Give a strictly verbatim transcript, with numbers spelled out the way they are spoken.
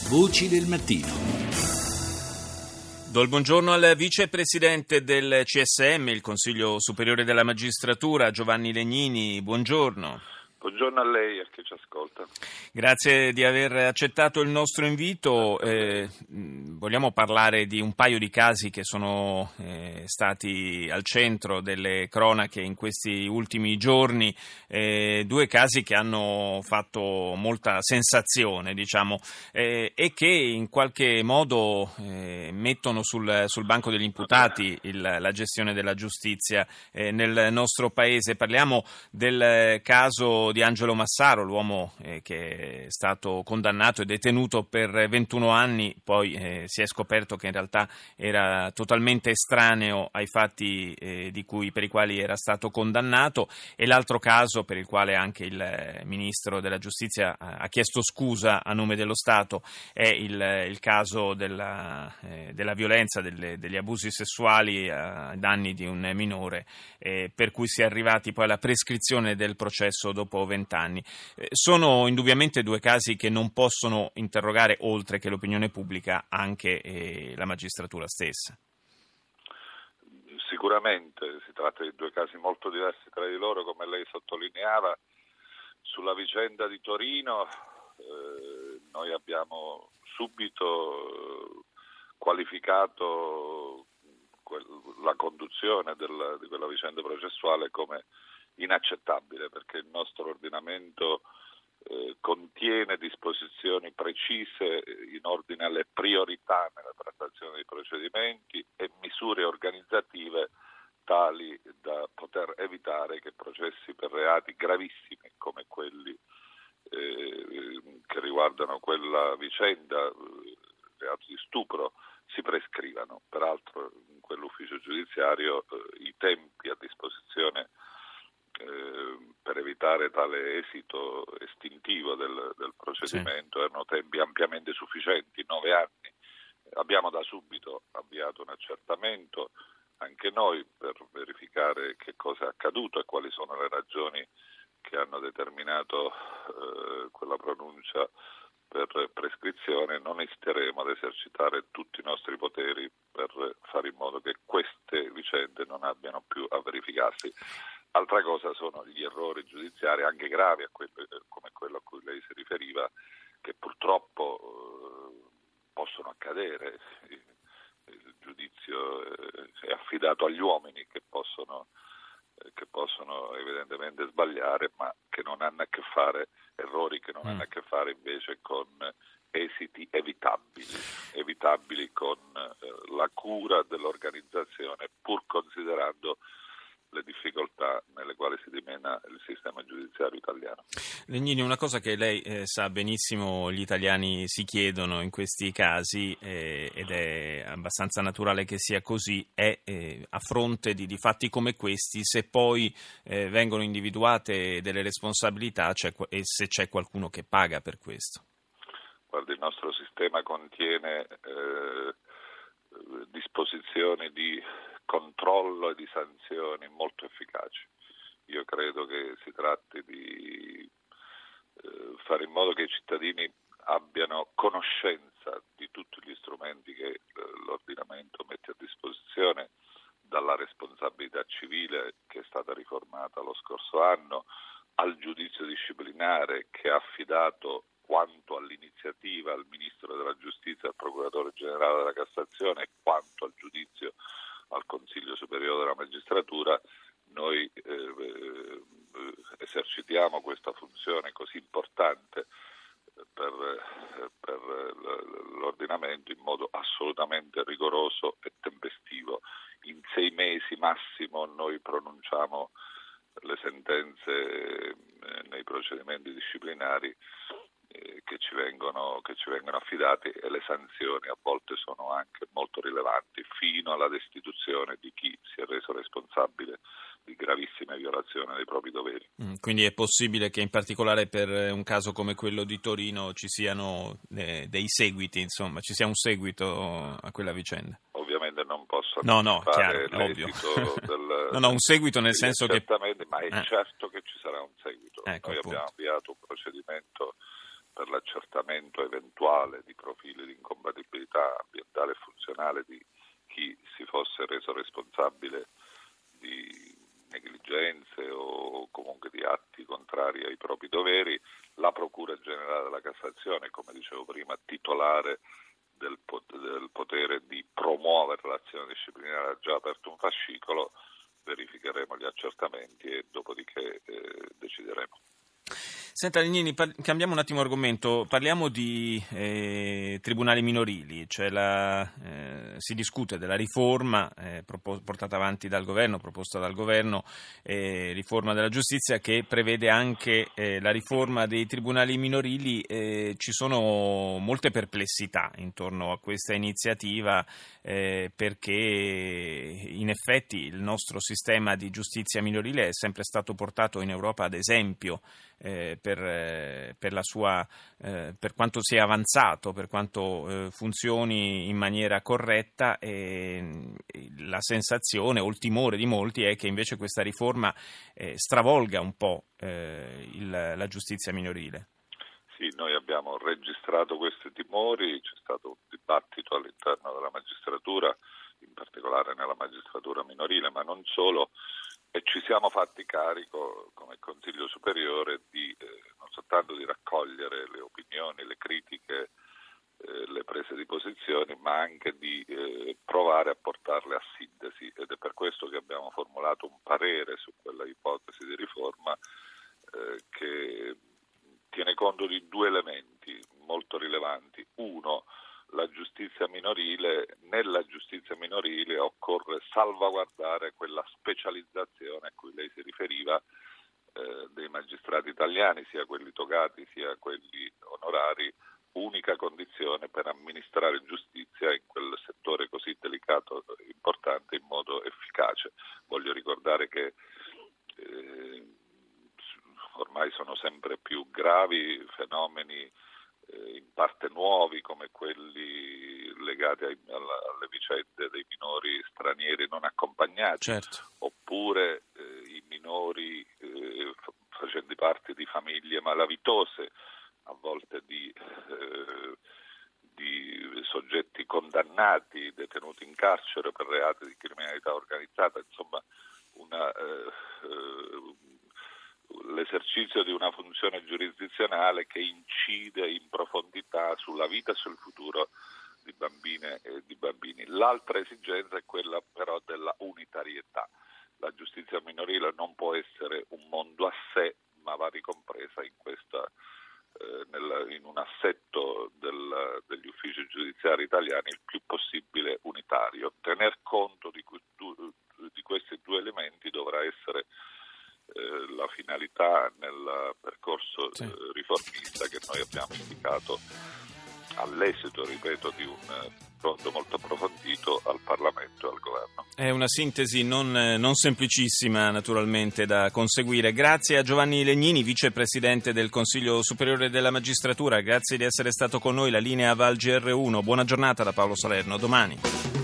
Voci del mattino. Do il buongiorno al vicepresidente del C S M, il Consiglio Superiore della Magistratura, Giovanni Legnini. Buongiorno. Buongiorno a lei e a chi ci ascolta. Grazie di aver accettato il nostro invito. Eh, vogliamo parlare di un paio di casi che sono eh, stati al centro delle cronache in questi ultimi giorni, eh, due casi che hanno fatto molta sensazione, diciamo, eh, e che in qualche modo eh, mettono sul, sul banco degli imputati il, la gestione della giustizia eh, nel nostro paese. Parliamo del caso di Angelo Massaro, l'uomo eh, che è stato condannato e detenuto per ventuno anni, poi eh, si è scoperto che in realtà era totalmente estraneo ai fatti eh, di cui, per i quali era stato condannato, e l'altro caso per il quale anche il Ministro della Giustizia ha chiesto scusa a nome dello Stato è il, il caso della, eh, della violenza, delle, degli abusi sessuali ai danni di un minore, eh, per cui si è arrivati poi alla prescrizione del processo dopo vent'anni. Eh, sono indubbiamente due casi che non possono interrogare, oltre che l'opinione pubblica, anche eh, la magistratura stessa. Sicuramente si tratta di due casi molto diversi tra di loro, come lei sottolineava. Sulla vicenda di Torino eh, noi abbiamo subito qualificato quel, la conduzione del, di quella vicenda processuale come inaccettabile, perché il nostro ordinamento eh, contiene disposizioni precise in ordine alle priorità nella trattazione dei procedimenti e misure organizzative tali da poter evitare che processi per reati gravissimi come quelli eh, che riguardano quella vicenda, eh, reato di stupro, si prescrivano. Peraltro in quell'ufficio giudiziario eh, i tempi a disposizione per evitare tale esito estintivo del, del procedimento, sì, erano tempi ampiamente sufficienti, nove anni. Abbiamo da subito avviato un accertamento anche noi per verificare che cosa è accaduto e quali sono le ragioni che hanno determinato eh, quella pronuncia per prescrizione. Non esiteremo ad esercitare tutti i nostri poteri per fare in modo che queste vicende non abbiano più a verificarsi. Altra cosa sono gli errori giudiziari, anche gravi, a quello, come quello a cui lei si riferiva, che purtroppo eh, possono accadere. Il, il giudizio eh, è affidato agli uomini che possono, eh, che possono evidentemente sbagliare, ma che non hanno a che fare, errori che non mm. hanno a che fare invece con esiti evitabili, evitabili con eh, la cura dell'organizzazione, pur considerando le difficoltà nelle quali si dimena il sistema giudiziario italiano. Legnini, una cosa che lei eh, sa benissimo gli italiani si chiedono in questi casi, eh, ed è abbastanza naturale che sia così, è eh, a fronte di, di fatti come questi, se poi eh, vengono individuate delle responsabilità, cioè, e se c'è qualcuno che paga per questo. Guarda, il nostro sistema contiene eh, disposizioni di controllo e di sanzioni molto efficaci. Io credo che si tratti di eh, fare in modo che i cittadini abbiano conoscenza di tutti gli strumenti che eh, l'ordinamento mette a disposizione, dalla responsabilità civile che è stata riformata lo scorso anno, al giudizio disciplinare che ha affidato quanto all'iniziativa al Ministro della Giustizia, al Procuratore Generale della Cassazione, e quanto al giudizio al Consiglio Superiore della Magistratura. Noi eh, eh, esercitiamo questa funzione così importante per, per l'ordinamento in modo assolutamente rigoroso e tempestivo. In sei mesi massimo noi pronunciamo le sentenze eh, nei procedimenti disciplinari eh, che ci vengono che ci vengono affidati, e le sanzioni a volte sono anche molto rilevanti, fino alla destituzione di chi si è reso responsabile di gravissime violazioni dei propri doveri. Mm, quindi è possibile che in particolare per un caso come quello di Torino ci siano eh, dei seguiti, insomma, ci sia un seguito a quella vicenda? Ovviamente non posso no, no, fare chiaro, l'esito ovvio. del, no, no, un seguito nel senso che... Certamente, ma è eh. certo che ci sarà un seguito. Ecco, Noi appunto. abbiamo avviato un procedimento per l'accertamento eventuale di profili di incompatibilità ambientale e funzionale di chi si fosse reso responsabile di negligenze o comunque di atti contrari ai propri doveri. La Procura Generale della Cassazione, come dicevo prima, titolare del potere di promuovere l'azione disciplinare, ha già aperto un fascicolo. Verificheremo gli accertamenti e dopodiché eh, decideremo. Senta Legnini, par- cambiamo un attimo argomento, parliamo di eh, tribunali minorili, cioè la, eh, si discute della riforma eh, propos- portata avanti dal governo, proposta dal governo, eh, riforma della giustizia che prevede anche eh, la riforma dei tribunali minorili. Eh, ci sono molte perplessità intorno a questa iniziativa eh, perché in effetti il nostro sistema di giustizia minorile è sempre stato portato in Europa ad esempio Eh, per, eh, per la sua eh, per quanto sia avanzato, per quanto eh, funzioni in maniera corretta, e, e la sensazione o il timore di molti è che invece questa riforma eh, stravolga un po' eh, il, la giustizia minorile. Sì, noi abbiamo registrato questi timori, c'è stato un dibattito all'interno della magistratura, in particolare nella magistratura minorile, ma non solo, e ci siamo fatti carico come Consiglio Superiore di eh, non soltanto di raccogliere le opinioni, le critiche, eh, le prese di posizione, ma anche di eh, provare a portarle a sintesi, ed è per questo che abbiamo formulato un parere su quella ipotesi di riforma eh, che tiene conto di due elementi molto rilevanti. Uno, la giustizia minorile. Nella giustizia minorile occorre salvaguardare quella specializzazione a cui lei si riferiva eh, dei magistrati italiani, sia quelli togati sia quelli onorari, unica condizione per amministrare giustizia in quel settore così delicato e importante in modo efficace. Voglio ricordare che eh, ormai sono sempre più gravi fenomeni in parte nuovi come quelli legati ai, alle vicende dei minori stranieri non accompagnati, certo. Oppure eh, i minori eh, facenti parte di famiglie malavitose, a volte di, eh, di soggetti condannati, detenuti in carcere per reati di criminalità organizzata, insomma una eh, eh, l'esercizio di una funzione giurisdizionale che incide in profondità sulla vita e sul futuro di bambine e di bambini. L'altra esigenza è quella però della unitarietà. La giustizia minorile non può essere un mondo a sé, ma va ricompresa in questa eh, nel, in un assetto del, degli uffici giudiziari italiani il più possibile unitario. Tener conto di, di questi due elementi dovrà essere la finalità nel percorso sì. riformista che noi abbiamo indicato all'esito, ripeto, di un confronto molto approfondito al Parlamento e al Governo. È una sintesi non, non semplicissima naturalmente da conseguire. Grazie a Giovanni Legnini, vicepresidente del Consiglio Superiore della Magistratura, grazie di essere stato con noi. La linea va al G R uno. Buona giornata da Paolo Salerno, domani.